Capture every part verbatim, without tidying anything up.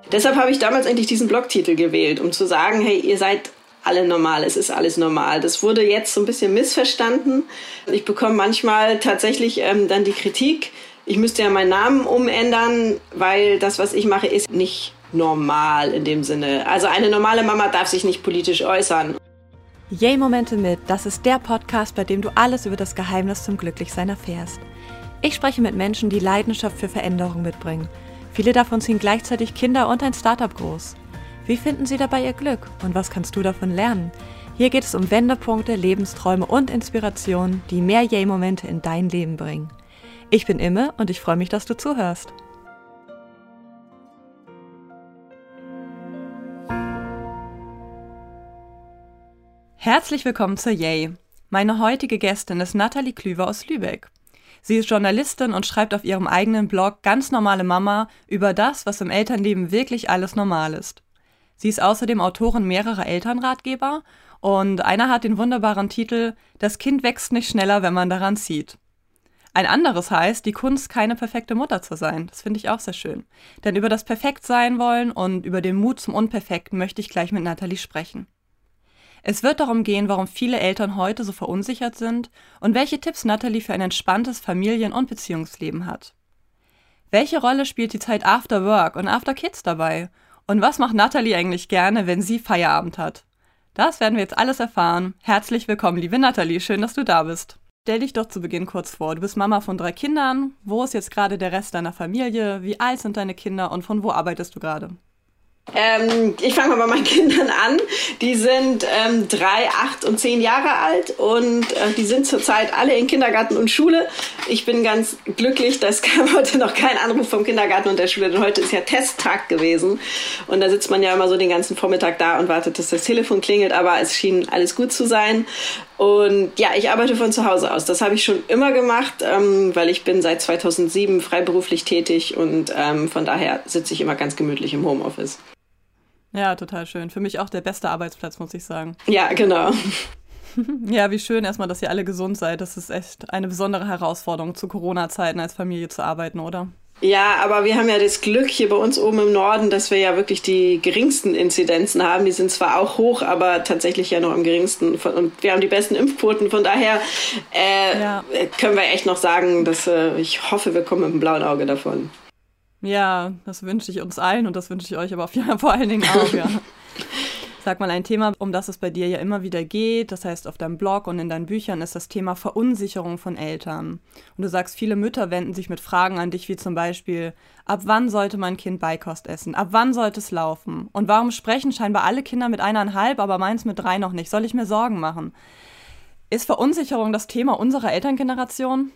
Deshalb habe ich damals eigentlich diesen Blogtitel gewählt, um zu sagen, hey, ihr seid alle normal, es ist alles normal. Das wurde jetzt so ein bisschen missverstanden. Ich bekomme manchmal tatsächlich ähm, dann die Kritik, ich müsste ja meinen Namen umändern, weil das, was ich mache, ist nicht normal in dem Sinne. Also eine normale Mama darf sich nicht politisch äußern. Yay-Momente mit, das ist der Podcast, bei dem du alles über das Geheimnis zum Glücklichsein erfährst. Ich spreche mit Menschen, die Leidenschaft für Veränderung mitbringen. Viele davon ziehen gleichzeitig Kinder und ein Startup groß. Wie finden sie dabei ihr Glück und was kannst du davon lernen? Hier geht es um Wendepunkte, Lebensträume und Inspirationen, die mehr Yay-Momente in dein Leben bringen. Ich bin Imme und ich freue mich, dass du zuhörst. Herzlich willkommen zur Yay. Meine heutige Gästin ist Nathalie Klüver aus Lübeck. Sie ist Journalistin und schreibt auf ihrem eigenen Blog Ganz normale Mama über das, was im Elternleben wirklich alles normal ist. Sie ist außerdem Autorin mehrerer Elternratgeber und einer hat den wunderbaren Titel Das Kind wächst nicht schneller, wenn man daran zieht. Ein anderes heißt, die Kunst, keine perfekte Mutter zu sein. Das finde ich auch sehr schön. Denn über das Perfektsein wollen und über den Mut zum Unperfekten möchte ich gleich mit Nathalie sprechen. Es wird darum gehen, warum viele Eltern heute so verunsichert sind und welche Tipps Nathalie für ein entspanntes Familien- und Beziehungsleben hat. Welche Rolle spielt die Zeit After Work und After Kids dabei? Und was macht Nathalie eigentlich gerne, wenn sie Feierabend hat? Das werden wir jetzt alles erfahren. Herzlich willkommen, liebe Nathalie, schön, dass du da bist. Stell dich doch zu Beginn kurz vor. Du bist Mama von drei Kindern. Wo ist jetzt gerade der Rest deiner Familie? Wie alt sind deine Kinder und von wo arbeitest du gerade? Ähm, ich fange mal bei meinen Kindern an. Die sind ähm, drei, acht und zehn Jahre alt und äh, die sind zurzeit alle in Kindergarten und Schule. Ich bin ganz glücklich, dass kam heute noch kein Anruf vom Kindergarten und der Schule, denn heute ist ja Testtag gewesen und da sitzt man ja immer so den ganzen Vormittag da und wartet, dass das Telefon klingelt, aber es schien alles gut zu sein. Und ja, ich arbeite von zu Hause aus. Das habe ich schon immer gemacht, ähm, weil ich bin seit zweitausendsieben freiberuflich tätig und ähm, von daher sitze ich immer ganz gemütlich im Homeoffice. Ja, total schön. Für mich auch der beste Arbeitsplatz, muss ich sagen. Ja, genau. Ja, wie schön erstmal, dass ihr alle gesund seid. Das ist echt eine besondere Herausforderung, zu Corona-Zeiten als Familie zu arbeiten, oder? Ja, aber wir haben ja das Glück hier bei uns oben im Norden, dass wir ja wirklich die geringsten Inzidenzen haben. Die sind zwar auch hoch, aber tatsächlich ja noch am geringsten. Und wir haben die besten Impfquoten. Von daher äh, ja. können wir echt noch sagen, dass äh, ich hoffe, wir kommen mit einem blauen Auge davon. Ja, das wünsche ich uns allen und das wünsche ich euch aber auf jeden Fall vor allen Dingen auch, ja. Sag mal, ein Thema, um das es bei dir ja immer wieder geht, das heißt auf deinem Blog und in deinen Büchern, ist das Thema Verunsicherung von Eltern. Und du sagst, viele Mütter wenden sich mit Fragen an dich, wie zum Beispiel, ab wann sollte mein Kind Beikost essen? Ab wann sollte es laufen? Und warum sprechen scheinbar alle Kinder mit eineinhalb, aber meins mit drei noch nicht? Soll ich mir Sorgen machen? Ist Verunsicherung das Thema unserer Elterngeneration?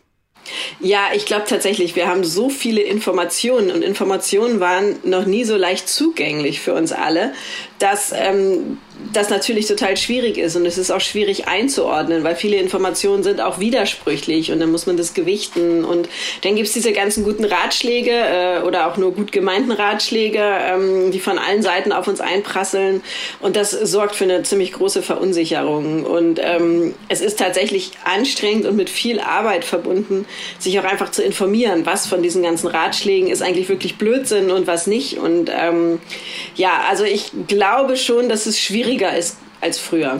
Ja, ich glaube tatsächlich, wir haben so viele Informationen und Informationen waren noch nie so leicht zugänglich für uns alle, dass ähm, das natürlich total schwierig ist und es ist auch schwierig einzuordnen, weil viele Informationen sind auch widersprüchlich und dann muss man das gewichten und dann gibt's diese ganzen guten Ratschläge äh, oder auch nur gut gemeinten Ratschläge, ähm, die von allen Seiten auf uns einprasseln und das sorgt für eine ziemlich große Verunsicherung und ähm, es ist tatsächlich anstrengend und mit viel Arbeit verbunden, sich auch einfach zu informieren, was von diesen ganzen Ratschlägen ist eigentlich wirklich Blödsinn und was nicht und ähm, ja, also ich glaube schon, dass es schwieriger ist als früher.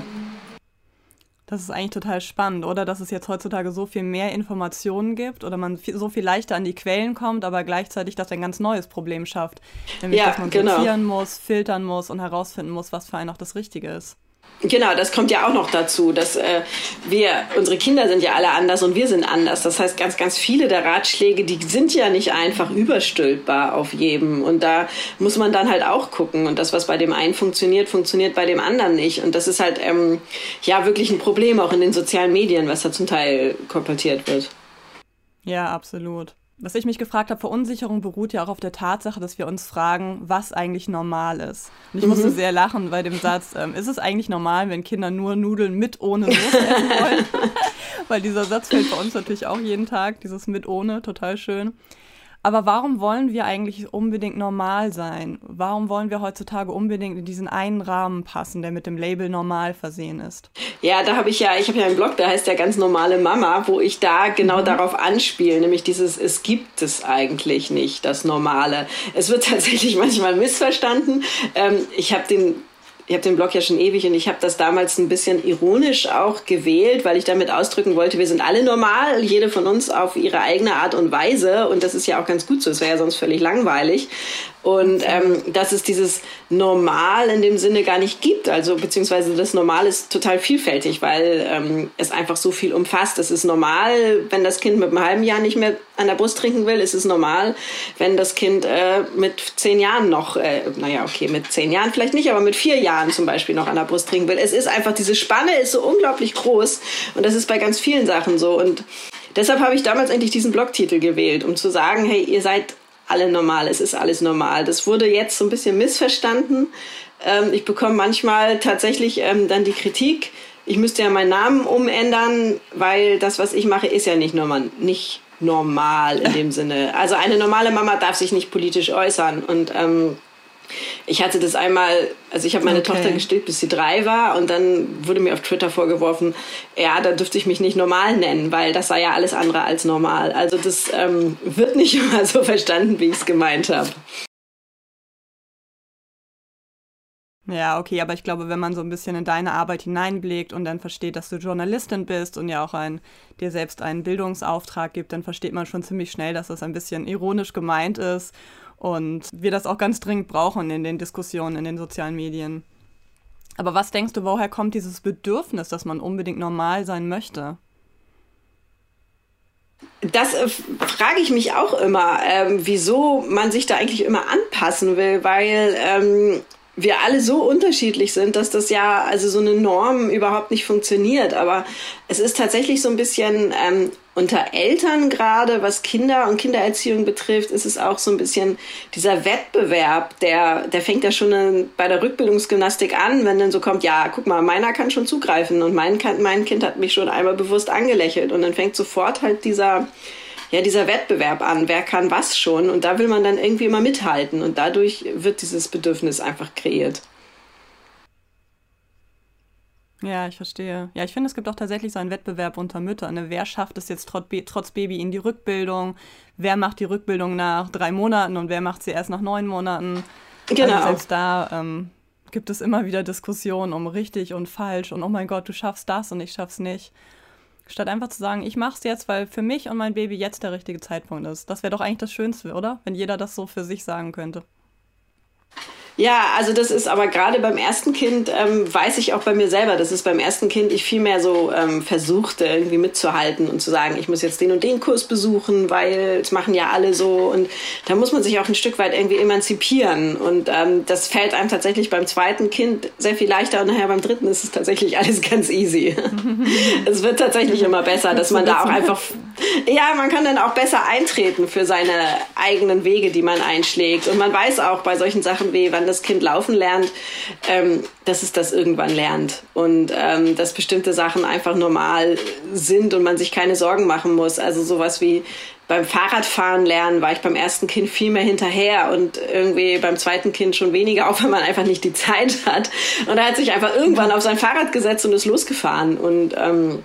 Das ist eigentlich total spannend, oder? Dass es jetzt heutzutage so viel mehr Informationen gibt oder man viel, so viel leichter an die Quellen kommt, aber gleichzeitig das ein ganz neues Problem schafft. Nämlich, ja, dass man genau. sortieren muss, filtern muss und herausfinden muss, was für einen auch das Richtige ist. Genau, das kommt ja auch noch dazu, dass äh, wir, unsere Kinder sind ja alle anders und wir sind anders. Das heißt, ganz, ganz viele der Ratschläge, die sind ja nicht einfach überstülpbar auf jedem. Und da muss man dann halt auch gucken. Und das, was bei dem einen funktioniert, funktioniert bei dem anderen nicht. Und das ist halt ähm, ja wirklich ein Problem auch in den sozialen Medien, was da zum Teil kolportiert wird. Ja, absolut. Was ich mich gefragt habe, Verunsicherung beruht ja auch auf der Tatsache, dass wir uns fragen, was eigentlich normal ist. Und ich mhm. musste sehr lachen bei dem Satz, ähm, ist es eigentlich normal, wenn Kinder nur Nudeln mit ohne Soße essen wollen? Weil dieser Satz fällt bei uns natürlich auch jeden Tag, dieses mit ohne, total schön. Aber warum wollen wir eigentlich unbedingt normal sein? Warum wollen wir heutzutage unbedingt in diesen einen Rahmen passen, der mit dem Label normal versehen ist? Ja, da habe ich ja, ich habe ja einen Blog, der heißt ja ganz normale Mama, wo ich da genau mhm. darauf anspiele, nämlich dieses, es gibt es eigentlich nicht, das Normale. Es wird tatsächlich manchmal missverstanden. Ähm, ich habe den Ich habe den Blog ja schon ewig und ich habe das damals ein bisschen ironisch auch gewählt, weil ich damit ausdrücken wollte, wir sind alle normal, jede von uns auf ihre eigene Art und Weise, und das ist ja auch ganz gut so, es wäre ja sonst völlig langweilig. Und ähm, dass es dieses Normal in dem Sinne gar nicht gibt, also beziehungsweise das Normal ist total vielfältig, weil ähm, es einfach so viel umfasst. Es ist normal, wenn das Kind mit einem halben Jahr nicht mehr an der Brust trinken will. Es ist normal, wenn das Kind äh, mit zehn Jahren noch, äh, naja, okay, mit zehn Jahren vielleicht nicht, aber mit vier Jahren zum Beispiel noch an der Brust trinken will. Es ist einfach, diese Spanne ist so unglaublich groß, und das ist bei ganz vielen Sachen so. Und deshalb habe ich damals eigentlich diesen Blogtitel gewählt, um zu sagen, hey, ihr seid alle normal, es ist alles normal. Das wurde jetzt so ein bisschen missverstanden. Ähm, ich bekomme manchmal tatsächlich ähm, dann die Kritik, ich müsste ja meinen Namen umändern, weil das, was ich mache, ist ja nicht normal, nicht normal in dem Sinne. Also eine normale Mama darf sich nicht politisch äußern. Und ähm, ich hatte das einmal, also ich habe meine okay. Tochter gestillt, bis sie drei war, und dann wurde mir auf Twitter vorgeworfen, ja, da dürfte ich mich nicht normal nennen, weil das sei ja alles andere als normal. Also das ähm, wird nicht immer so verstanden, wie ich es gemeint habe. Ja, okay, aber ich glaube, wenn man so ein bisschen in deine Arbeit hineinblickt und dann versteht, dass du Journalistin bist und ja auch ein, dir selbst einen Bildungsauftrag gibt, dann versteht man schon ziemlich schnell, dass das ein bisschen ironisch gemeint ist und wir das auch ganz dringend brauchen in den Diskussionen in den sozialen Medien. Aber was denkst du, woher kommt dieses Bedürfnis, dass man unbedingt normal sein möchte? Das äh, frage ich mich auch immer, ähm, wieso man sich da eigentlich immer anpassen will, weil ähm, wir alle so unterschiedlich sind, dass das ja, also so eine Norm überhaupt nicht funktioniert. Aber es ist tatsächlich so ein bisschen ähm, unter Eltern gerade, was Kinder und Kindererziehung betrifft, ist es auch so ein bisschen dieser Wettbewerb, der, der fängt ja schon in, bei der Rückbildungsgymnastik an, wenn dann so kommt, ja, guck mal, meiner kann schon zugreifen und mein, mein Kind hat mich schon einmal bewusst angelächelt, und dann fängt sofort halt dieser ja, dieser Wettbewerb an, wer kann was schon, und da will man dann irgendwie immer mithalten, und dadurch wird dieses Bedürfnis einfach kreiert. Ja, ich verstehe. Ja, ich finde, es gibt auch tatsächlich so einen Wettbewerb unter Müttern. Ne? Wer schafft es jetzt trotz, trotz Baby in die Rückbildung? Wer macht die Rückbildung nach drei Monaten und wer macht sie erst nach neun Monaten? Genau. Also selbst da ähm, gibt es immer wieder Diskussionen um richtig und falsch und oh mein Gott, du schaffst das und ich schaff's nicht. Statt einfach zu sagen, ich mach's jetzt, weil für mich und mein Baby jetzt der richtige Zeitpunkt ist. Das wäre doch eigentlich das Schönste, oder? Wenn jeder das so für sich sagen könnte. Ja, also das ist aber gerade beim ersten Kind, ähm, weiß ich auch bei mir selber, dass es beim ersten Kind ich viel mehr so ähm, versuchte, irgendwie mitzuhalten und zu sagen, ich muss jetzt den und den Kurs besuchen, weil es machen ja alle so, und da muss man sich auch ein Stück weit irgendwie emanzipieren, und ähm, das fällt einem tatsächlich beim zweiten Kind sehr viel leichter, und nachher beim dritten ist es tatsächlich alles ganz easy. Es wird tatsächlich immer besser, dass man da auch einfach, ja, man kann dann auch besser eintreten für seine eigenen Wege, die man einschlägt, und man weiß auch bei solchen Sachen wie, wann das Kind laufen lernt, ähm, dass es das irgendwann lernt, und ähm, dass bestimmte Sachen einfach normal sind und man sich keine Sorgen machen muss. Also sowas wie beim Fahrradfahren lernen war ich beim ersten Kind viel mehr hinterher und irgendwie beim zweiten Kind schon weniger, auch wenn man einfach nicht die Zeit hat. Und er hat sich einfach irgendwann auf sein Fahrrad gesetzt und ist losgefahren, und ähm,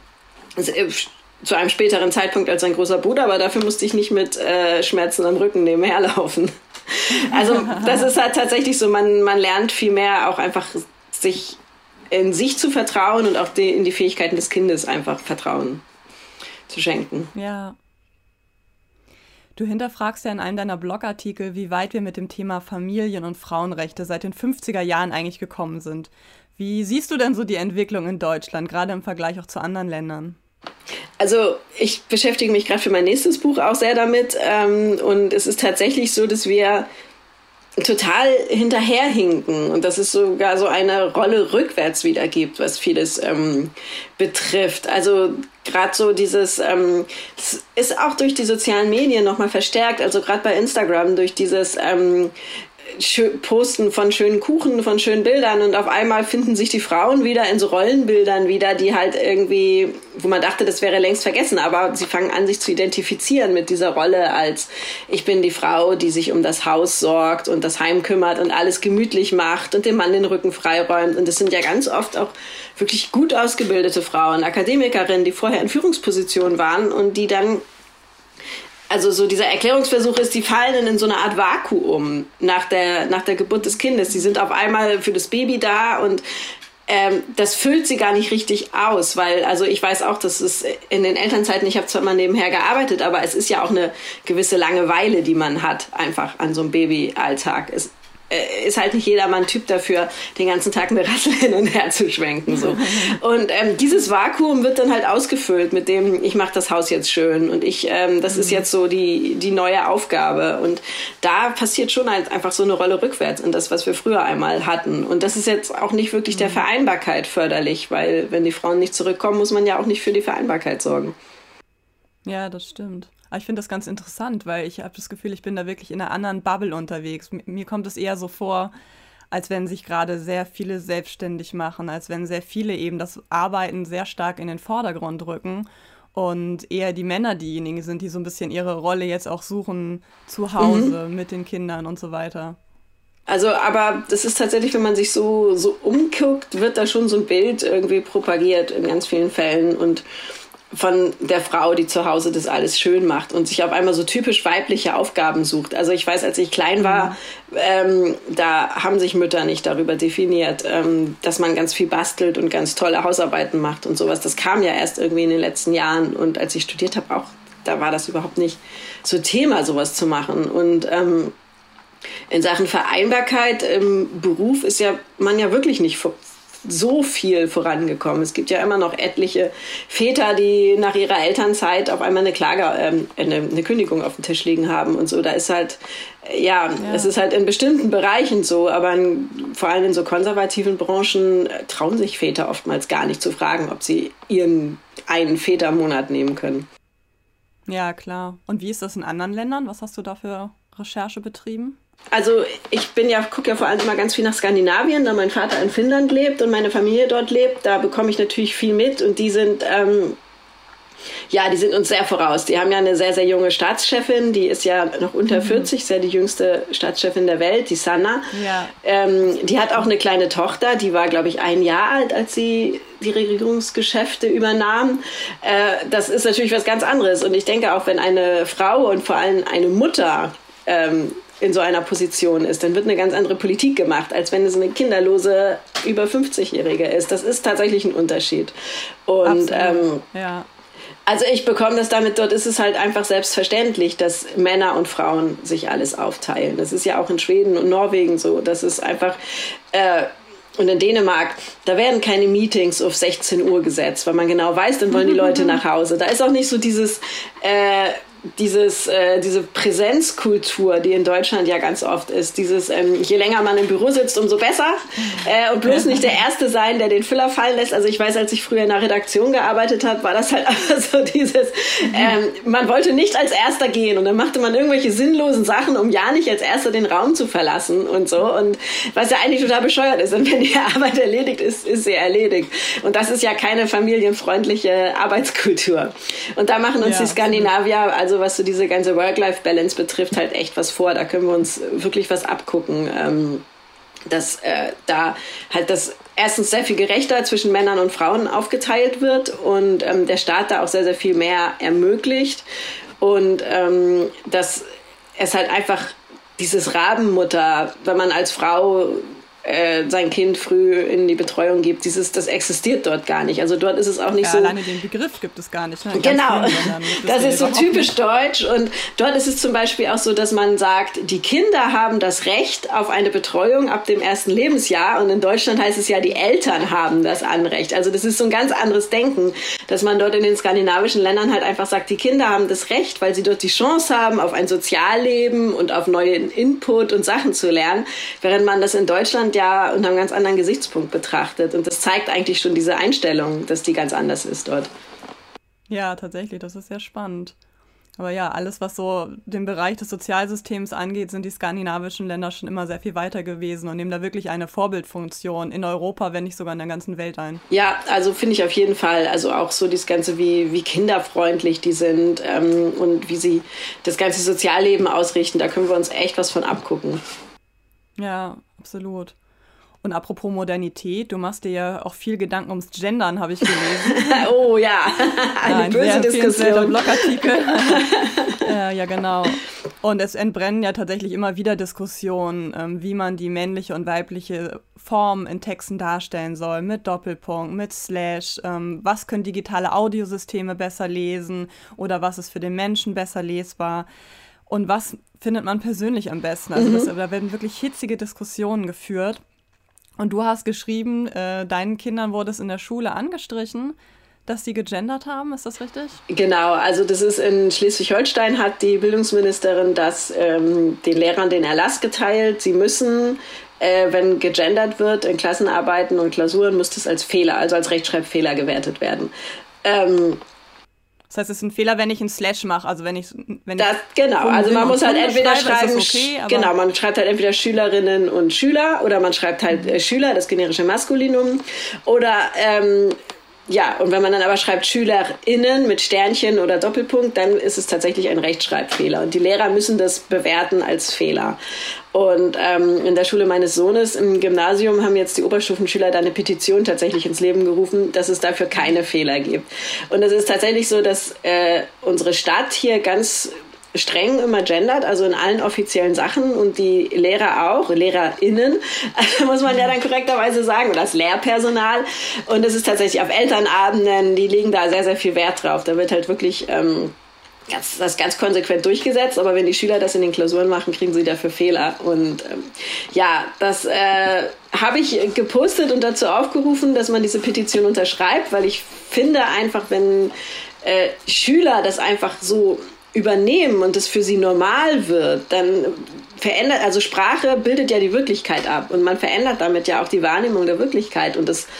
zu einem späteren Zeitpunkt als sein großer Bruder, aber dafür musste ich nicht mit äh, Schmerzen am Rücken nebenher laufen. Also das ist halt tatsächlich so, man, man lernt viel mehr auch einfach sich in sich zu vertrauen und auch die, in die Fähigkeiten des Kindes einfach Vertrauen zu schenken. Ja. Du hinterfragst ja in einem deiner Blogartikel, wie weit wir mit dem Thema Familien- und Frauenrechte seit den fünfziger Jahren eigentlich gekommen sind. Wie siehst du denn so die Entwicklung in Deutschland, gerade im Vergleich auch zu anderen Ländern? Also ich beschäftige mich gerade für mein nächstes Buch auch sehr damit, ähm, und es ist tatsächlich so, dass wir total hinterherhinken und dass es sogar so eine Rolle rückwärts wieder gibt, was vieles ähm, betrifft. Also gerade so dieses, ähm, das ist auch durch die sozialen Medien nochmal verstärkt, also gerade bei Instagram durch dieses ähm, Posten von schönen Kuchen, von schönen Bildern und auf einmal finden sich die Frauen wieder in so Rollenbildern wieder, die halt irgendwie, wo man dachte, das wäre längst vergessen, aber sie fangen an, sich zu identifizieren mit dieser Rolle als ich bin die Frau, die sich um das Haus sorgt und das Heim kümmert und alles gemütlich macht und dem Mann den Rücken freiräumt. Und das sind ja ganz oft auch wirklich gut ausgebildete Frauen, Akademikerinnen, die vorher in Führungspositionen waren und die dann Also so dieser Erklärungsversuch ist, die fallen in so eine Art Vakuum nach der, nach der Geburt des Kindes. Die sind auf einmal für das Baby da und ähm, das füllt sie gar nicht richtig aus, weil, also ich weiß auch, dass es in den Elternzeiten, ich habe zwar mal nebenher gearbeitet, aber es ist ja auch eine gewisse Langeweile, die man hat, einfach an so einem Babyalltag. Es ist halt nicht jedermann Typ dafür, den ganzen Tag eine Rassel hin und her zu schwenken. So. Und ähm, dieses Vakuum wird dann halt ausgefüllt mit dem, ich mache das Haus jetzt schön und ich, ähm, das mhm. ist jetzt so die, die neue Aufgabe. Und da passiert schon halt einfach so eine Rolle rückwärts in das, was wir früher einmal hatten. Und das ist jetzt auch nicht wirklich der Vereinbarkeit förderlich, weil wenn die Frauen nicht zurückkommen, muss man ja auch nicht für die Vereinbarkeit sorgen. Ja, das stimmt. Aber ich finde das ganz interessant, weil ich habe das Gefühl, ich bin da wirklich in einer anderen Bubble unterwegs. Mir kommt es eher so vor, als wenn sich gerade sehr viele selbstständig machen, als wenn sehr viele eben das Arbeiten sehr stark in den Vordergrund rücken und eher die Männer diejenigen sind, die so ein bisschen ihre Rolle jetzt auch suchen zu Hause mhm. mit den Kindern und so weiter. Also, aber das ist tatsächlich, wenn man sich so, so umguckt, wird da schon so ein Bild irgendwie propagiert in ganz vielen Fällen und von der Frau, die zu Hause das alles schön macht und sich auf einmal so typisch weibliche Aufgaben sucht. Also ich weiß, als ich klein war, mhm. ähm, da haben sich Mütter nicht darüber definiert, ähm, dass man ganz viel bastelt und ganz tolle Hausarbeiten macht und sowas. Das kam ja erst irgendwie in den letzten Jahren und als ich studiert habe auch, da war das überhaupt nicht so Thema, sowas zu machen. Und ähm, in Sachen Vereinbarkeit im Beruf ist ja man ja wirklich nicht so viel vorangekommen. Es gibt ja immer noch etliche Väter, die nach ihrer Elternzeit auf einmal eine Klage, ähm, eine, eine Kündigung auf dem Tisch liegen haben und so. Da ist halt, ja, ja. es ist halt in bestimmten Bereichen so, aber in, vor allem in so konservativen Branchen trauen sich Väter oftmals gar nicht zu fragen, ob sie ihren einen Vätermonat nehmen können. Ja, klar. Und wie ist das in anderen Ländern? Was hast du da für Recherche betrieben? Also ich bin ja, gucke ja vor allem immer ganz viel nach Skandinavien, da mein Vater in Finnland lebt und meine Familie dort lebt. Da bekomme ich natürlich viel mit und die sind, ähm, ja, die sind uns sehr voraus. Die haben ja eine sehr, sehr junge Staatschefin, die ist ja noch unter mhm. vierzig, ist ja die jüngste Staatschefin der Welt, die Sanna. Ja. Ähm, die hat auch eine kleine Tochter, die war, glaube ich, ein Jahr alt, als sie die Regierungsgeschäfte übernahm. Äh, das ist natürlich was ganz anderes. Und ich denke auch, wenn eine Frau und vor allem eine Mutter ähm, in so einer Position ist, dann wird eine ganz andere Politik gemacht, als wenn es eine kinderlose, über fünfzigjährige ist. Das ist tatsächlich ein Unterschied. Und ähm, ja. also ich bekomme das damit, dort ist es halt einfach selbstverständlich, dass Männer und Frauen sich alles aufteilen. Das ist ja auch in Schweden und Norwegen so. Das ist einfach... Äh, Und in Dänemark, da werden keine Meetings auf sechzehn Uhr gesetzt, weil man genau weiß, dann wollen die Leute nach Hause. Da ist auch nicht so dieses, äh, dieses, äh, diese Präsenzkultur, die in Deutschland ja ganz oft ist. Dieses, ähm, je länger man im Büro sitzt, umso besser. Äh, und bloß nicht der Erste sein, der den Füller fallen lässt. Also ich weiß, als ich früher in der Redaktion gearbeitet habe, war das halt einfach so dieses, ähm, man wollte nicht als Erster gehen. Und dann machte man irgendwelche sinnlosen Sachen, um ja nicht als Erster den Raum zu verlassen und so. Und was ja eigentlich total bescheuert ist. Und wenn die Arbeit erledigt ist, ist sie erledigt. Und das ist ja keine familienfreundliche Arbeitskultur. Und da machen uns ja. die Skandinavier, also was so diese ganze Work-Life-Balance betrifft, halt echt was vor. Da können wir uns wirklich was abgucken. Ähm, dass äh, da halt das erstens sehr viel gerechter zwischen Männern und Frauen aufgeteilt wird und ähm, der Staat da auch sehr, sehr viel mehr ermöglicht. Und ähm, dass es halt einfach dieses Rabenmutter, wenn man als Frau äh, sein Kind früh in die Betreuung gibt, dieses, das existiert dort gar nicht. Also dort ist es auch nicht ja, so... Alleine den Begriff gibt es gar nicht. Ne? Genau, das ist so typisch deutsch und dort ist es zum Beispiel auch so, dass man sagt, die Kinder haben das Recht auf eine Betreuung ab dem ersten Lebensjahr und in Deutschland heißt es ja, die Eltern haben das Anrecht. Also das ist so ein ganz anderes Denken, dass man dort in den skandinavischen Ländern halt einfach sagt, die Kinder haben das Recht, weil sie dort die Chance haben auf ein Sozialleben und auf neuen Input und Sachen zu lernen, während man das in Deutschland ja unter einem ganz anderen Gesichtspunkt betrachtet. Und das zeigt eigentlich schon diese Einstellung, dass die ganz anders ist dort. Ja, tatsächlich, das ist sehr spannend. Aber ja, alles, was so den Bereich des Sozialsystems angeht, sind die skandinavischen Länder schon immer sehr viel weiter gewesen und nehmen da wirklich eine Vorbildfunktion in Europa, wenn nicht sogar in der ganzen Welt ein. Ja, also finde ich auf jeden Fall. Also auch so das Ganze, wie, wie kinderfreundlich die sind ähm, und wie sie das ganze Sozialleben ausrichten. Da können wir uns echt was von abgucken. Ja, absolut. Und apropos Modernität, du machst dir ja auch viel Gedanken ums Gendern, habe ich gelesen. Oh ja, eine ja, ein böse Diskussion. Blogartikel. äh, ja, genau. Und es entbrennen ja tatsächlich immer wieder Diskussionen, ähm, wie man die männliche und weibliche Form in Texten darstellen soll, mit Doppelpunkt, mit Slash, ähm, was können digitale Audiosysteme besser lesen oder was ist für den Menschen besser lesbar und was findet man persönlich am besten. Also das, da werden wirklich hitzige Diskussionen geführt. Und du hast geschrieben, äh, deinen Kindern wurde es in der Schule angestrichen, dass sie gegendert haben. Ist das richtig? Genau, also das ist in Schleswig-Holstein hat die Bildungsministerin das ähm, den Lehrern den Erlass geteilt. Sie müssen, äh, wenn gegendert wird in Klassenarbeiten und Klausuren, muss das als Fehler, also als Rechtschreibfehler gewertet werden. Ähm, Das heißt, es ist ein Fehler, wenn ich einen Slash mache, also wenn ich... Wenn das, ich genau, also man muss halt entweder schreiben, okay, genau, man schreibt halt entweder Schülerinnen und Schüler oder man schreibt halt äh, Schüler, das generische Maskulinum, oder ähm, ja, und wenn man dann aber schreibt SchülerInnen mit Sternchen oder Doppelpunkt, dann ist es tatsächlich ein Rechtschreibfehler. Und die Lehrer müssen das bewerten als Fehler. Und ähm, in der Schule meines Sohnes im Gymnasium haben jetzt die Oberstufenschüler da eine Petition tatsächlich ins Leben gerufen, dass es dafür keine Fehler gibt. Und es ist tatsächlich so, dass äh, unsere Stadt hier ganz streng immer gendert, also in allen offiziellen Sachen und die Lehrer auch, LehrerInnen, muss man ja dann korrekterweise sagen, oder das Lehrpersonal. Und es ist tatsächlich auf Elternabenden, die legen da sehr, sehr viel Wert drauf. Da wird halt wirklich ähm, ganz, das ganz konsequent durchgesetzt, aber wenn die Schüler das in den Klausuren machen, kriegen sie dafür Fehler. Und ähm, ja, das äh, habe ich gepostet und dazu aufgerufen, dass man diese Petition unterschreibt, weil ich finde einfach, wenn äh, Schüler das einfach so übernehmen und es für sie normal wird, dann verändert, also Sprache bildet ja die Wirklichkeit ab und man verändert damit ja auch die Wahrnehmung der Wirklichkeit und das,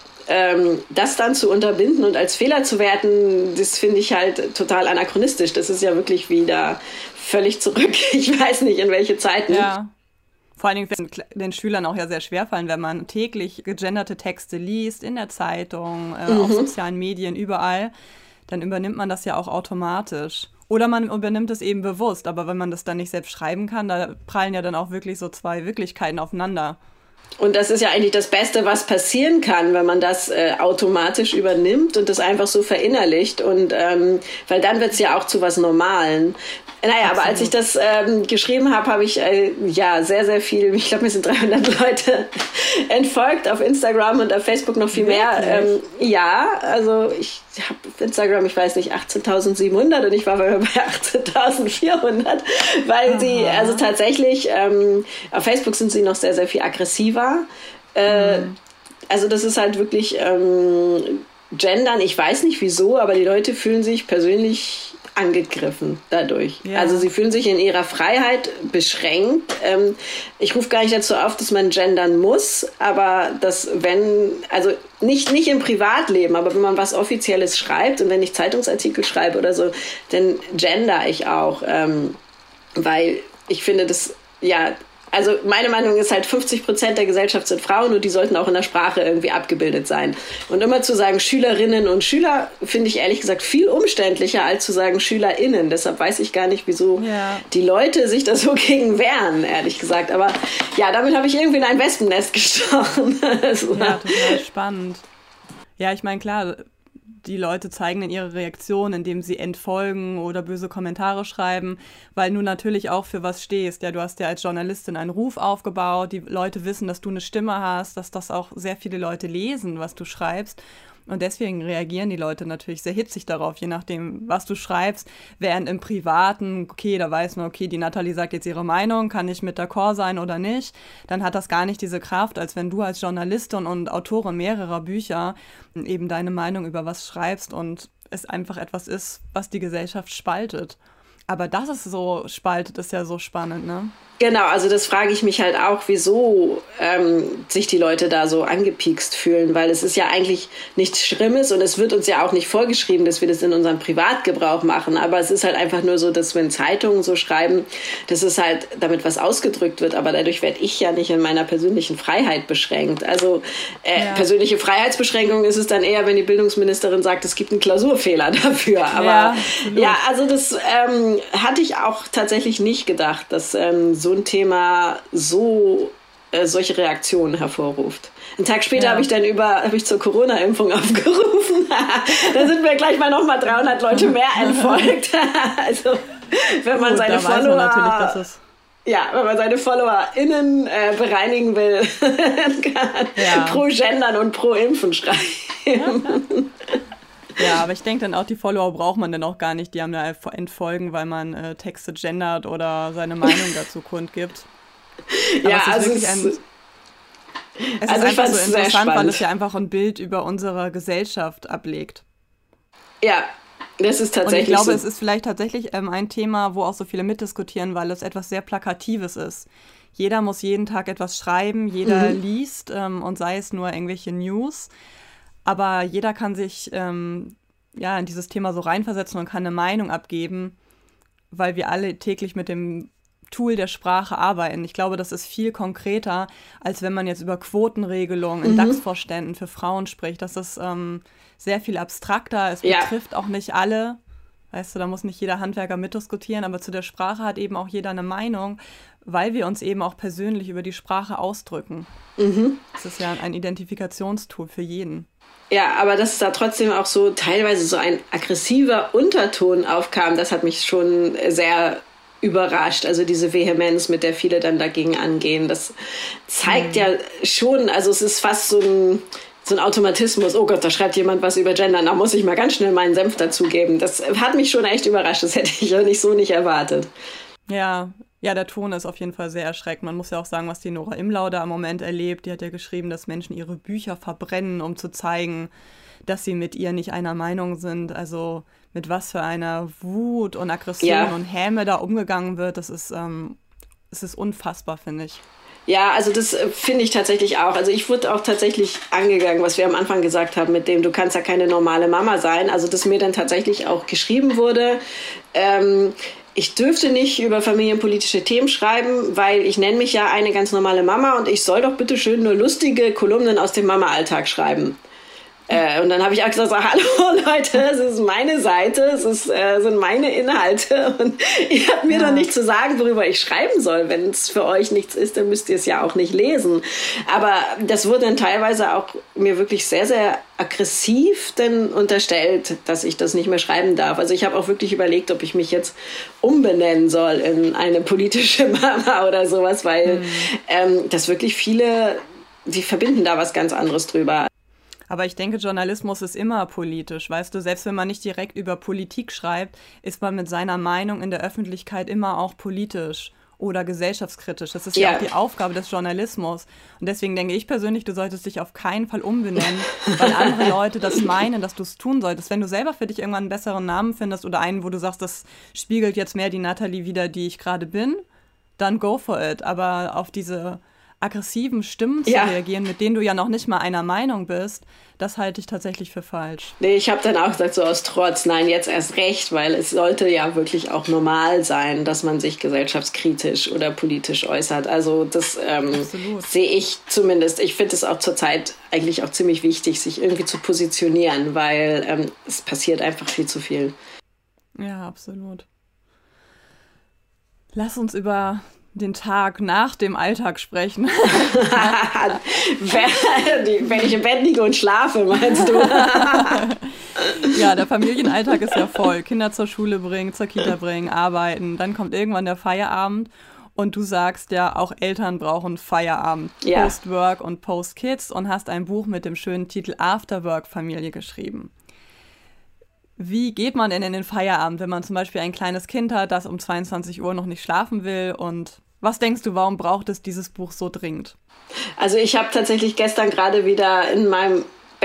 ähm, das dann zu unterbinden und als Fehler zu werten, das finde ich halt total anachronistisch. Das ist ja wirklich wieder völlig zurück. Ich weiß nicht, in welche Zeiten. Ja. Vor allen Dingen wird den Schülern auch ja sehr schwerfallen, wenn man täglich gegenderte Texte liest, in der Zeitung, äh, mhm. auf sozialen Medien, überall, dann übernimmt man das ja auch automatisch. Oder man übernimmt es eben bewusst, aber wenn man das dann nicht selbst schreiben kann, da prallen ja dann auch wirklich so zwei Wirklichkeiten aufeinander. Und das ist ja eigentlich das Beste, was passieren kann, wenn man das äh, automatisch übernimmt und das einfach so verinnerlicht. Und ähm, weil dann wird es ja auch zu was Normalen. Naja, aber als ich das ähm, geschrieben habe, habe ich äh, ja sehr, sehr viel, ich glaube, mir sind dreihundert Leute entfolgt auf Instagram und auf Facebook noch viel mehr. Ähm, ja, also ich habe auf Instagram, ich weiß nicht, achtzehntausendsiebenhundert und ich war bei achtzehntausendvierhundert, weil Aha. sie, also tatsächlich, ähm, auf Facebook sind sie noch sehr, sehr viel aggressiver. Äh, mhm. Also das ist halt wirklich ähm, Gendern, ich weiß nicht wieso, aber die Leute fühlen sich persönlich angegriffen dadurch. Ja. Also sie fühlen sich in ihrer Freiheit beschränkt. Ähm, ich rufe gar nicht dazu auf, dass man gendern muss, aber dass wenn, also nicht, nicht im Privatleben, aber wenn man was Offizielles schreibt und wenn ich Zeitungsartikel schreibe oder so, dann gender ich auch, ähm, weil ich finde, das, ja, also meine Meinung ist halt, fünfzig Prozent der Gesellschaft sind Frauen und die sollten auch in der Sprache irgendwie abgebildet sein. Und immer zu sagen Schülerinnen und Schüler, finde ich ehrlich gesagt viel umständlicher, als zu sagen SchülerInnen. Deshalb weiß ich gar nicht, wieso ja. die Leute sich da so gegen wehren, ehrlich gesagt. Aber ja, damit habe ich irgendwie in ein Wespennest gestochen. Also, ja, total spannend. Ja, ich meine, klar, die Leute zeigen dann ihre Reaktion, indem sie entfolgen oder böse Kommentare schreiben, weil du natürlich auch für was stehst. Ja, du hast ja als Journalistin einen Ruf aufgebaut, die Leute wissen, dass du eine Stimme hast, dass das auch sehr viele Leute lesen, was du schreibst. Und deswegen reagieren die Leute natürlich sehr hitzig darauf, je nachdem, was du schreibst. Während im Privaten, okay, da weiß man, okay, die Nathalie sagt jetzt ihre Meinung, kann ich mit d'accord sein oder nicht, dann hat das gar nicht diese Kraft, als wenn du als Journalistin und Autorin mehrerer Bücher eben deine Meinung über was schreibst und es einfach etwas ist, was die Gesellschaft spaltet. Aber dass es so spaltet, ist ja so spannend, ne? Genau, also das frage ich mich halt auch, wieso ähm, sich die Leute da so angepiekst fühlen, weil es ist ja eigentlich nichts Schlimmes und es wird uns ja auch nicht vorgeschrieben, dass wir das in unserem Privatgebrauch machen, aber es ist halt einfach nur so, dass wenn Zeitungen so schreiben, dass es halt damit was ausgedrückt wird, aber dadurch werde ich ja nicht in meiner persönlichen Freiheit beschränkt. Also äh, ja. persönliche Freiheitsbeschränkung ist es dann eher, wenn die Bildungsministerin sagt, es gibt einen Klausurfehler dafür. Aber ja, ja also das ähm, hatte ich auch tatsächlich nicht gedacht, dass ähm, so ein Thema so äh, solche Reaktionen hervorruft. Einen Tag später ja. habe ich dann über habe ich zur Corona-Impfung aufgerufen. Da sind mir gleich mal nochmal dreihundert Leute mehr entfolgt. Also wenn man Gut, seine Follower man natürlich, dass es ja, wenn man seine FollowerInnen äh, bereinigen will, kann ja. pro Gendern und pro Impfen schreiben. Ja, aber ich denke dann auch, die Follower braucht man dann auch gar nicht. Die haben ja entfolgen, weil man äh, Texte gendert oder seine Meinung dazu kundgibt. Aber ja, es ist also wirklich es, ein, es also ist einfach so interessant, weil es ja einfach ein Bild über unsere Gesellschaft ablegt. Ja, das ist tatsächlich Und ich glaube, so. es ist vielleicht tatsächlich ähm, ein Thema, wo auch so viele mitdiskutieren, weil es etwas sehr Plakatives ist. Jeder muss jeden Tag etwas schreiben, jeder mhm. liest ähm, und sei es nur irgendwelche News. Aber jeder kann sich ähm, ja, in dieses Thema so reinversetzen und kann eine Meinung abgeben, weil wir alle täglich mit dem Tool der Sprache arbeiten. Ich glaube, das ist viel konkreter, als wenn man jetzt über Quotenregelungen in mhm. D A X-Vorständen für Frauen spricht. Das ist ähm, sehr viel abstrakter. Es ja. betrifft auch nicht alle. Weißt du, da muss nicht jeder Handwerker mitdiskutieren, aber zu der Sprache hat eben auch jeder eine Meinung, weil wir uns eben auch persönlich über die Sprache ausdrücken. Mhm. Das ist ja ein Identifikationstool für jeden. Ja, aber dass da trotzdem auch so teilweise so ein aggressiver Unterton aufkam, das hat mich schon sehr überrascht. Also diese Vehemenz, mit der viele dann dagegen angehen, das zeigt mhm. ja schon, also es ist fast so ein, so ein Automatismus. Oh Gott, da schreibt jemand was über Gender, da muss ich mal ganz schnell meinen Senf dazugeben. Das hat mich schon echt überrascht, das hätte ich ja nicht so nicht erwartet. Ja, ja, der Ton ist auf jeden Fall sehr erschreckend. Man muss ja auch sagen, was die Nora Imlau da im Moment erlebt. Die hat ja geschrieben, dass Menschen ihre Bücher verbrennen, um zu zeigen, dass sie mit ihr nicht einer Meinung sind. Also mit was für einer Wut und Aggression ja. und Häme da umgegangen wird, das ist, ähm, das ist unfassbar, finde ich. Ja, also das äh, finde ich tatsächlich auch. Also ich wurde auch tatsächlich angegangen, was wir am Anfang gesagt haben, mit dem, du kannst ja keine normale Mama sein. Also das mir dann tatsächlich auch geschrieben wurde. Ähm, ich dürfte nicht über familienpolitische Themen schreiben, weil ich nenne mich ja eine ganz normale Mama und ich soll doch bitte schön nur lustige Kolumnen aus dem Mama-Alltag schreiben. Äh, und dann habe ich auch gesagt, so, hallo Leute, es ist meine Seite, es ist, äh, sind meine Inhalte und ihr habt mir ja. doch nicht zu sagen, worüber ich schreiben soll. Wenn es für euch nichts ist, dann müsst ihr es ja auch nicht lesen. Aber das wurde dann teilweise auch mir wirklich sehr, sehr aggressiv dann unterstellt, dass ich das nicht mehr schreiben darf. Also ich habe auch wirklich überlegt, ob ich mich jetzt umbenennen soll in eine politische Mama oder sowas, weil mhm. ähm, das wirklich viele, die verbinden da was ganz anderes drüber. Aber ich denke, Journalismus ist immer politisch, weißt du, selbst wenn man nicht direkt über Politik schreibt, ist man mit seiner Meinung in der Öffentlichkeit immer auch politisch oder gesellschaftskritisch. Das ist ja, ja auch die Aufgabe des Journalismus. Und deswegen denke ich persönlich, du solltest dich auf keinen Fall umbenennen, weil andere Leute das meinen, dass du es tun solltest. Wenn du selber für dich irgendwann einen besseren Namen findest oder einen, wo du sagst, das spiegelt jetzt mehr die Natalie wider, die ich gerade bin, dann go for it. Aber auf diese aggressiven Stimmen zu ja. reagieren, mit denen du ja noch nicht mal einer Meinung bist, das halte ich tatsächlich für falsch. Nee, ich habe dann auch gesagt, so aus Trotz, nein, jetzt erst recht, weil es sollte ja wirklich auch normal sein, dass man sich gesellschaftskritisch oder politisch äußert. Also das ähm, sehe ich zumindest. Ich finde es auch zurzeit eigentlich auch ziemlich wichtig, sich irgendwie zu positionieren, weil ähm, es passiert einfach viel zu viel. Ja, absolut. Lass uns über den Tag nach dem Alltag sprechen. Wenn ich im Bett liege und schlafe, meinst du? Ja, der Familienalltag ist ja voll. Kinder zur Schule bringen, zur Kita bringen, arbeiten. Dann kommt irgendwann der Feierabend. Und du sagst ja, auch Eltern brauchen Feierabend. Ja. Post-Work und Post-Kids. Und hast ein Buch mit dem schönen Titel After-Work-Familie geschrieben. Wie geht man denn in den Feierabend, wenn man zum Beispiel ein kleines Kind hat, das um zweiundzwanzig Uhr noch nicht schlafen will? Und was denkst du, warum braucht es dieses Buch so dringend? Also ich habe tatsächlich gestern gerade wieder in meinem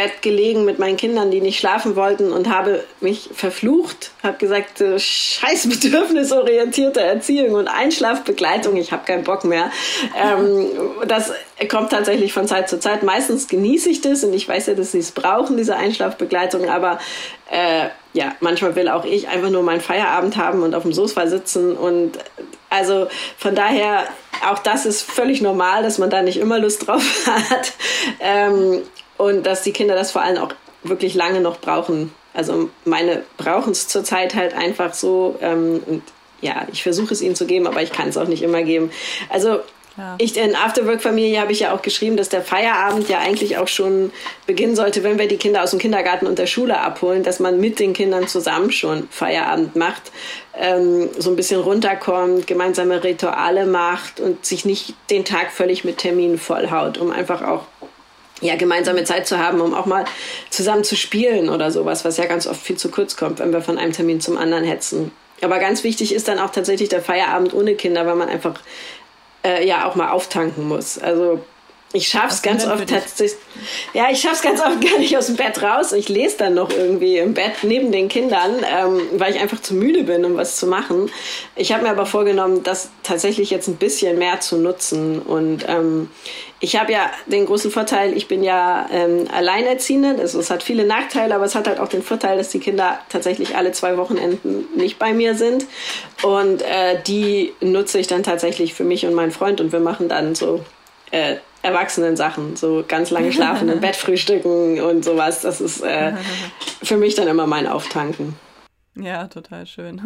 Bett gelegen mit meinen Kindern, die nicht schlafen wollten und habe mich verflucht, habe gesagt, äh, scheiß bedürfnisorientierte Erziehung und Einschlafbegleitung, ich habe keinen Bock mehr. Ähm, das kommt tatsächlich von Zeit zu Zeit. Meistens genieße ich das und ich weiß ja, dass sie es brauchen, diese Einschlafbegleitung, aber äh, ja, manchmal will auch ich einfach nur meinen Feierabend haben und auf dem Sofa sitzen und also von daher, auch das ist völlig normal, dass man da nicht immer Lust drauf hat. Ähm, und dass die Kinder das vor allem auch wirklich lange noch brauchen. Also meine brauchen es zurzeit halt einfach so. Ähm, und ja, ich versuche es ihnen zu geben, aber ich kann es auch nicht immer geben. Also ja. ich in Afterwork-Familie habe ich ja auch geschrieben, dass der Feierabend ja eigentlich auch schon beginnen sollte, wenn wir die Kinder aus dem Kindergarten und der Schule abholen, dass man mit den Kindern zusammen schon Feierabend macht, ähm, so ein bisschen runterkommt, gemeinsame Rituale macht und sich nicht den Tag völlig mit Terminen vollhaut, um einfach auch ja, gemeinsame Zeit zu haben, um auch mal zusammen zu spielen oder sowas, was ja ganz oft viel zu kurz kommt, wenn wir von einem Termin zum anderen hetzen. Aber ganz wichtig ist dann auch tatsächlich der Feierabend ohne Kinder, weil man einfach äh, ja auch mal auftanken muss. Also ich schaff's ganz oft tatsächlich, ja, ich schaff's ganz oft gar nicht aus dem Bett raus. Ich lese dann noch irgendwie im Bett neben den Kindern, ähm, weil ich einfach zu müde bin, um was zu machen. Ich habe mir aber vorgenommen, das tatsächlich jetzt ein bisschen mehr zu nutzen. Und ähm, ich habe ja den großen Vorteil, ich bin ja ähm, Alleinerziehende. Also es hat viele Nachteile, aber es hat halt auch den Vorteil, dass die Kinder tatsächlich alle zwei Wochenenden nicht bei mir sind. Und äh, die nutze ich dann tatsächlich für mich und meinen Freund. Und wir machen dann so äh, Erwachsenen-Sachen, so ganz lange schlafen, im Bett frühstücken und sowas. Das ist äh, für mich dann immer mein Auftanken. Ja, total schön.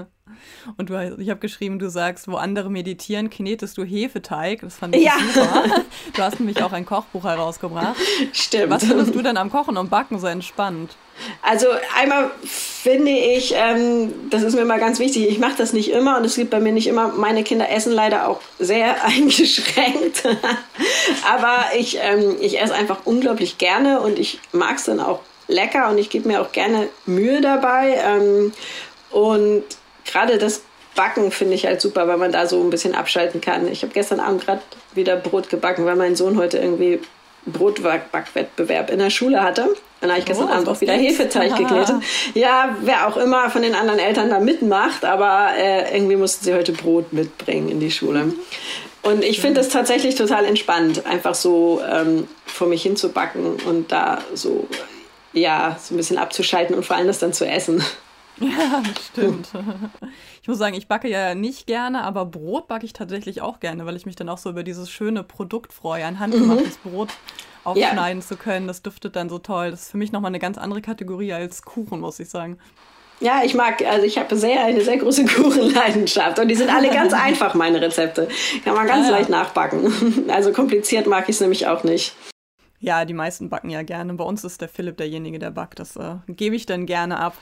Und du, ich habe geschrieben, du sagst, wo andere meditieren, knetest du Hefeteig. Das fand ich ja. super. Du hast nämlich auch ein Kochbuch herausgebracht. Stimmt. Was findest du denn am Kochen und Backen so entspannt? Also einmal finde ich, ähm, das ist mir mal ganz wichtig, ich mache das nicht immer und es gibt bei mir nicht immer, meine Kinder essen leider auch sehr eingeschränkt, aber ich, ähm, ich esse einfach unglaublich gerne und ich mag es dann auch lecker und ich gebe mir auch gerne Mühe dabei ähm, und gerade das Backen finde ich halt super, weil man da so ein bisschen abschalten kann. Ich habe gestern Abend gerade wieder Brot gebacken, weil mein Sohn heute irgendwie Brotbackwettbewerb in der Schule hatte. Und dann habe ich gestern oh, Abend auch wieder Hefeteig geknetet. Ja, wer auch immer von den anderen Eltern da mitmacht, aber äh, irgendwie mussten sie heute Brot mitbringen in die Schule. Und ich finde das tatsächlich total entspannt, einfach so ähm, vor mich hin zu backen und da so, ja, so ein bisschen abzuschalten und vor allem das dann zu essen. Ja, stimmt. Ich muss sagen, ich backe ja nicht gerne, aber Brot backe ich tatsächlich auch gerne, weil ich mich dann auch so über dieses schöne Produkt freue, ein handgemachtes mhm. Brot aufschneiden ja. zu können. Das duftet dann so toll. Das ist für mich nochmal eine ganz andere Kategorie als Kuchen, muss ich sagen. Ja, ich mag, also ich habe sehr, eine sehr große Kuchenleidenschaft und die sind alle ganz einfach, meine Rezepte. Kann man ganz ja, leicht ja. nachbacken. Also kompliziert mag ich es nämlich auch nicht. Ja, die meisten backen ja gerne. Bei uns ist der Philipp derjenige, der backt. Das äh, gebe ich dann gerne ab.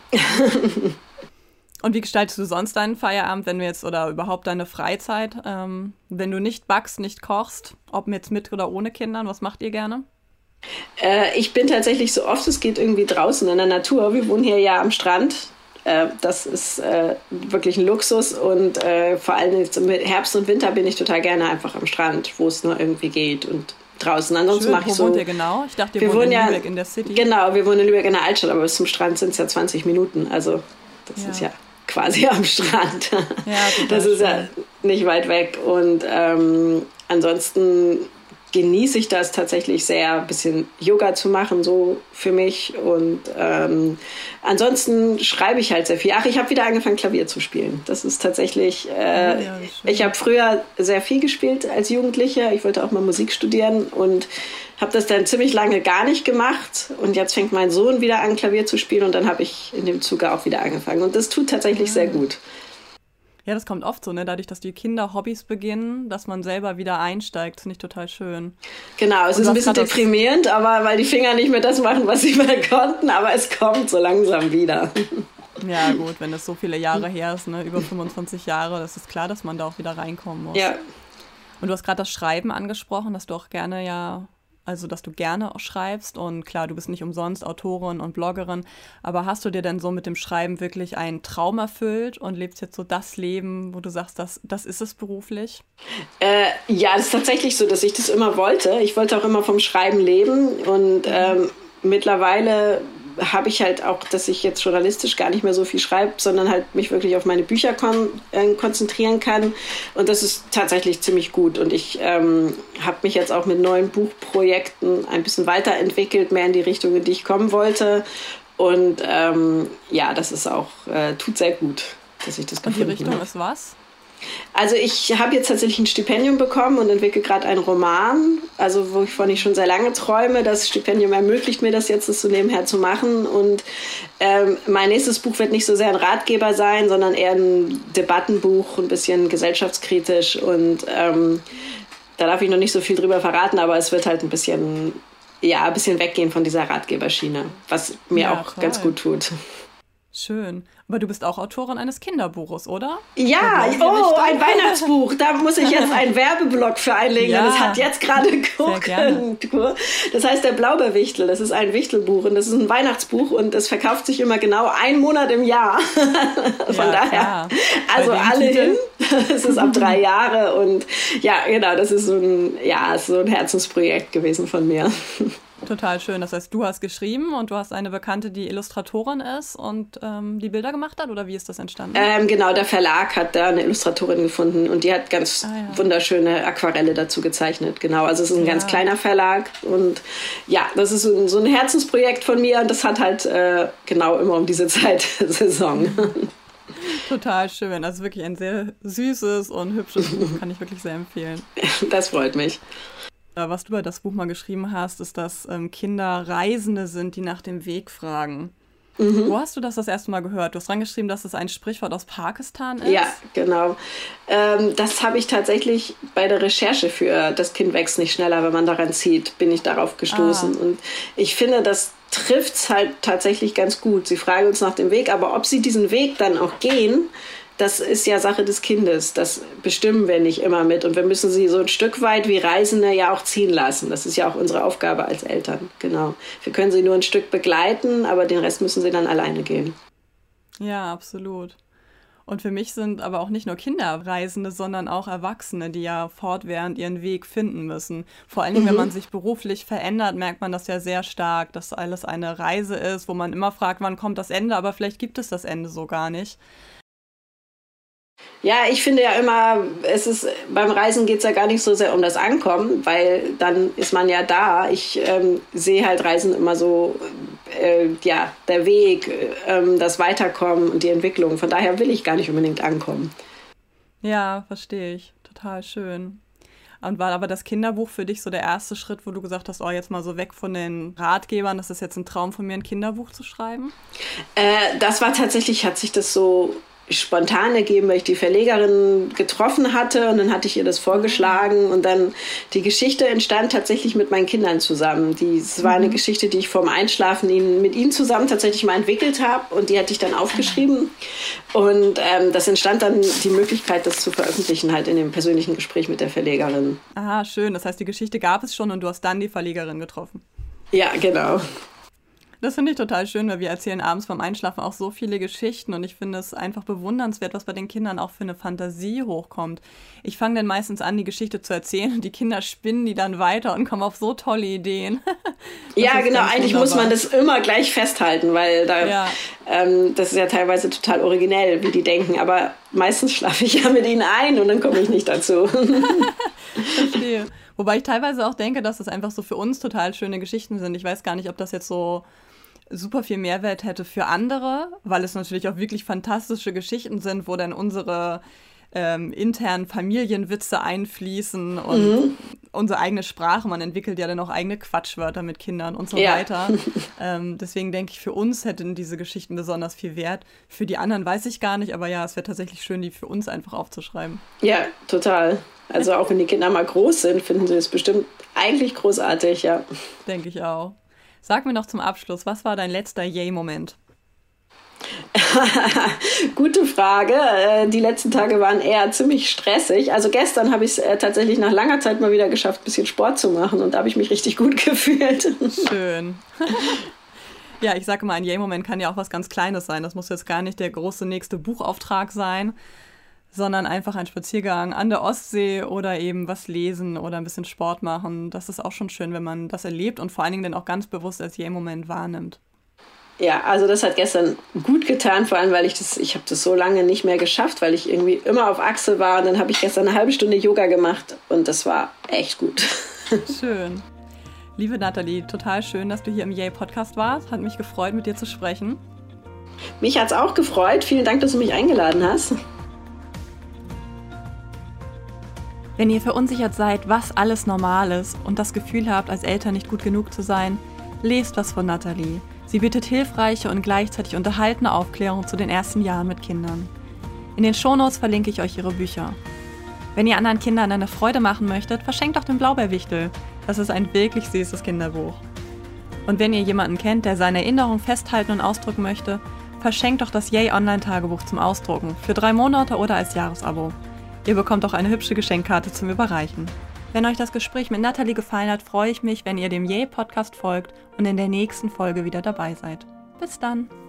Und wie gestaltest du sonst deinen Feierabend, wenn du jetzt oder überhaupt deine Freizeit, ähm, wenn du nicht backst, nicht kochst, ob jetzt mit oder ohne Kindern, was macht ihr gerne? Äh, ich bin tatsächlich so oft es geht irgendwie draußen in der Natur. Wir wohnen hier ja am Strand. Äh, das ist äh, wirklich ein Luxus und äh, vor allem jetzt im Herbst und Winter bin ich total gerne einfach am Strand, wo es nur irgendwie geht und draußen. Ansonsten mache ich so. Wo wohnt ihr genau? Ich dachte, ihr wohnt in Lübeck ja, in der City. Genau, wir wohnen in Lübeck in der Altstadt, aber bis zum Strand sind es ja zwanzig Minuten. Also das ja. ist ja quasi am Strand. Ja, das ist schön. Ja nicht weit weg. Und ähm, ansonsten genieße ich das tatsächlich sehr, ein bisschen Yoga zu machen, so für mich. Und ähm, ansonsten schreibe ich halt sehr viel. Ach, ich habe wieder angefangen, Klavier zu spielen. Das ist tatsächlich, äh, oh, ja, ich habe früher sehr viel gespielt als Jugendliche. Ich wollte auch mal Musik studieren und habe das dann ziemlich lange gar nicht gemacht. Und jetzt fängt mein Sohn wieder an, Klavier zu spielen. Und dann habe ich in dem Zuge auch wieder angefangen. Und das tut tatsächlich ja. sehr gut. Ja, das kommt oft so, ne? Dadurch, dass die Kinder Hobbys beginnen, dass man selber wieder einsteigt. Das finde ich total schön. Genau, es ist ein bisschen deprimierend, aber weil die Finger nicht mehr das machen, was sie mal konnten, aber es kommt so langsam wieder. Ja gut, wenn das so viele Jahre her ist, ne? Über fünfundzwanzig Jahre, das ist klar, dass man da auch wieder reinkommen muss. Ja. Und du hast gerade das Schreiben angesprochen, dass du auch gerne ja... Also, dass du gerne auch schreibst und klar, du bist nicht umsonst Autorin und Bloggerin, aber hast du dir denn so mit dem Schreiben wirklich einen Traum erfüllt und lebst jetzt so das Leben, wo du sagst, das, das ist es beruflich? Äh, ja, es ist tatsächlich so, dass ich das immer wollte. Ich wollte auch immer vom Schreiben leben und ähm, mittlerweile habe ich halt auch, dass ich jetzt journalistisch gar nicht mehr so viel schreibe, sondern halt mich wirklich auf meine Bücher kon- äh, konzentrieren kann. Und das ist tatsächlich ziemlich gut. Und ich ähm, habe mich jetzt auch mit neuen Buchprojekten ein bisschen weiterentwickelt, mehr in die Richtung, in die ich kommen wollte. Und ähm, ja, das ist auch, äh, tut sehr gut, dass ich das gefunden habe. Und die Richtung ist was? Also ich habe jetzt tatsächlich ein Stipendium bekommen und entwickle gerade einen Roman, also wovon ich schon sehr lange träume. Das Stipendium ermöglicht mir das jetzt, das so nebenher zu machen. Und ähm, mein nächstes Buch wird nicht so sehr ein Ratgeber sein, sondern eher ein Debattenbuch, ein bisschen gesellschaftskritisch. Und ähm, da darf ich noch nicht so viel drüber verraten, aber es wird halt ein bisschen, ja, ein bisschen weggehen von dieser Ratgeberschiene, was mir Ja, auch toll. ganz gut tut. Schön. Aber du bist auch Autorin eines Kinderbuches, oder? Ja, oh, ein Weihnachtsbuch. Da muss ich jetzt einen Werbeblock für einlegen. Ja, und es hat jetzt gerade Konjunktur. Das heißt der Blaubeerwichtel. Das ist ein Wichtelbuch und das ist ein Weihnachtsbuch und es verkauft sich immer genau einen Monat im Jahr. Von ja, daher, klar. also alle Titel? hin. Es ist ab drei Jahre und ja, genau, das ist so ein, ja, ist so ein Herzensprojekt gewesen von mir. Total schön. Das heißt, du hast geschrieben und du hast eine Bekannte, die Illustratorin ist und ähm, die Bilder gemacht hat, oder wie ist das entstanden? Ähm, genau, der Verlag hat da eine Illustratorin gefunden und die hat ganz ah, ja. wunderschöne Aquarelle dazu gezeichnet. Genau, also es ist ein ja. ganz kleiner Verlag und ja, das ist so ein, so ein Herzensprojekt von mir und das hat halt äh, genau immer um diese Zeit Saison. Total schön. Also wirklich ein sehr süßes und hübsches Buch, kann ich wirklich sehr empfehlen. Das freut mich. Was du über das Buch mal geschrieben hast, ist, dass ähm, Kinder Reisende sind, die nach dem Weg fragen. Mhm. Wo hast du das das erste Mal gehört? Du hast dran geschrieben, dass es ein Sprichwort aus Pakistan ist. Ja, genau. Ähm, das habe ich tatsächlich bei der Recherche für Das Kind wächst nicht schneller, wenn man daran zieht, bin ich darauf gestoßen. Ah. Und ich finde, das trifft es halt tatsächlich ganz gut. Sie fragen uns nach dem Weg, aber ob sie diesen Weg dann auch gehen, das ist ja Sache des Kindes. Das bestimmen wir nicht immer mit. Und wir müssen sie so ein Stück weit wie Reisende ja auch ziehen lassen. Das ist ja auch unsere Aufgabe als Eltern. Genau. Wir können sie nur ein Stück begleiten, aber den Rest müssen sie dann alleine gehen. Ja, absolut. Und für mich sind aber auch nicht nur Kinder Reisende, sondern auch Erwachsene, die ja fortwährend ihren Weg finden müssen. Vor allen Dingen, mhm. wenn man sich beruflich verändert, merkt man das ja sehr stark, dass alles eine Reise ist, wo man immer fragt, wann kommt das Ende, aber vielleicht gibt es das Ende so gar nicht. Ja, ich finde ja immer, es ist, beim Reisen geht es ja gar nicht so sehr um das Ankommen, weil dann ist man ja da. Ich ähm, sehe halt Reisen immer so, äh, ja, der Weg, äh, das Weiterkommen und die Entwicklung. Von daher will ich gar nicht unbedingt ankommen. Ja, verstehe ich. Total schön. Und war aber das Kinderbuch für dich so der erste Schritt, wo du gesagt hast, oh, jetzt mal so weg von den Ratgebern, das ist jetzt ein Traum von mir, ein Kinderbuch zu schreiben? Äh, das war tatsächlich, hat sich das so spontan ergeben, weil ich die Verlegerin getroffen hatte und dann hatte ich ihr das vorgeschlagen und dann die Geschichte entstand tatsächlich mit meinen Kindern zusammen. Es war eine Geschichte, die ich vorm Einschlafen ihnen, mit ihnen zusammen tatsächlich mal entwickelt habe und die hatte ich dann aufgeschrieben und ähm, das entstand dann die Möglichkeit, das zu veröffentlichen halt in dem persönlichen Gespräch mit der Verlegerin. Aha, schön. Das heißt, die Geschichte gab es schon und du hast dann die Verlegerin getroffen. Ja, genau. Das finde ich total schön, weil wir erzählen abends beim Einschlafen auch so viele Geschichten und ich finde es einfach bewundernswert, was bei den Kindern auch für eine Fantasie hochkommt. Ich fange dann meistens an, die Geschichte zu erzählen und die Kinder spinnen die dann weiter und kommen auf so tolle Ideen. Ja, genau, eigentlich wunderbar. Muss man das immer gleich festhalten, weil da, ja. ähm, das ist ja teilweise total originell, wie die denken, aber meistens schlafe ich ja mit ihnen ein und dann komme ich nicht dazu. Verstehe. Wobei ich teilweise auch denke, dass das einfach so für uns total schöne Geschichten sind. Ich weiß gar nicht, ob das jetzt so super viel Mehrwert hätte für andere, weil es natürlich auch wirklich fantastische Geschichten sind, wo dann unsere ähm, internen Familienwitze einfließen und mhm. unsere eigene Sprache. Man entwickelt ja dann auch eigene Quatschwörter mit Kindern und so ja. weiter. Ähm, deswegen denke ich, für uns hätten diese Geschichten besonders viel Wert. Für die anderen weiß ich gar nicht, aber ja, es wäre tatsächlich schön, die für uns einfach aufzuschreiben. Ja, total. Also auch wenn die Kinder mal groß sind, finden sie es bestimmt eigentlich großartig, ja. Denke ich auch. Sag mir noch zum Abschluss, was war dein letzter Yay-Moment? Gute Frage. Die letzten Tage waren eher ziemlich stressig. Also gestern habe ich es tatsächlich nach langer Zeit mal wieder geschafft, ein bisschen Sport zu machen und da habe ich mich richtig gut gefühlt. Schön. Ja, ich sage mal, ein Yay-Moment kann ja auch was ganz Kleines sein. Das muss jetzt gar nicht der große nächste Buchauftrag sein, sondern einfach ein Spaziergang an der Ostsee oder eben was lesen oder ein bisschen Sport machen. Das ist auch schon schön, wenn man das erlebt und vor allen Dingen dann auch ganz bewusst als Yay-Moment wahrnimmt. Ja, also das hat gestern gut getan, vor allem, weil ich das, ich habe das so lange nicht mehr geschafft, weil ich irgendwie immer auf Achse war und dann habe ich gestern eine halbe Stunde Yoga gemacht und das war echt gut. Schön. Liebe Nathalie, total schön, dass du hier im Yay-Podcast warst. Hat mich gefreut, mit dir zu sprechen. Mich hat's auch gefreut. Vielen Dank, dass du mich eingeladen hast. Wenn ihr verunsichert seid, was alles normal ist und das Gefühl habt, als Eltern nicht gut genug zu sein, lest was von Nathalie. Sie bietet hilfreiche und gleichzeitig unterhaltende Aufklärung zu den ersten Jahren mit Kindern. In den Shownotes verlinke ich euch ihre Bücher. Wenn ihr anderen Kindern eine Freude machen möchtet, verschenkt doch den Blaubeerwichtel. Das ist ein wirklich süßes Kinderbuch. Und wenn ihr jemanden kennt, der seine Erinnerung festhalten und ausdrucken möchte, verschenkt doch das Yay Online-Tagebuch zum Ausdrucken für drei Monate oder als Jahresabo. Ihr bekommt auch eine hübsche Geschenkkarte zum Überreichen. Wenn euch das Gespräch mit Nathalie gefallen hat, freue ich mich, wenn ihr dem Yay Podcast folgt und in der nächsten Folge wieder dabei seid. Bis dann!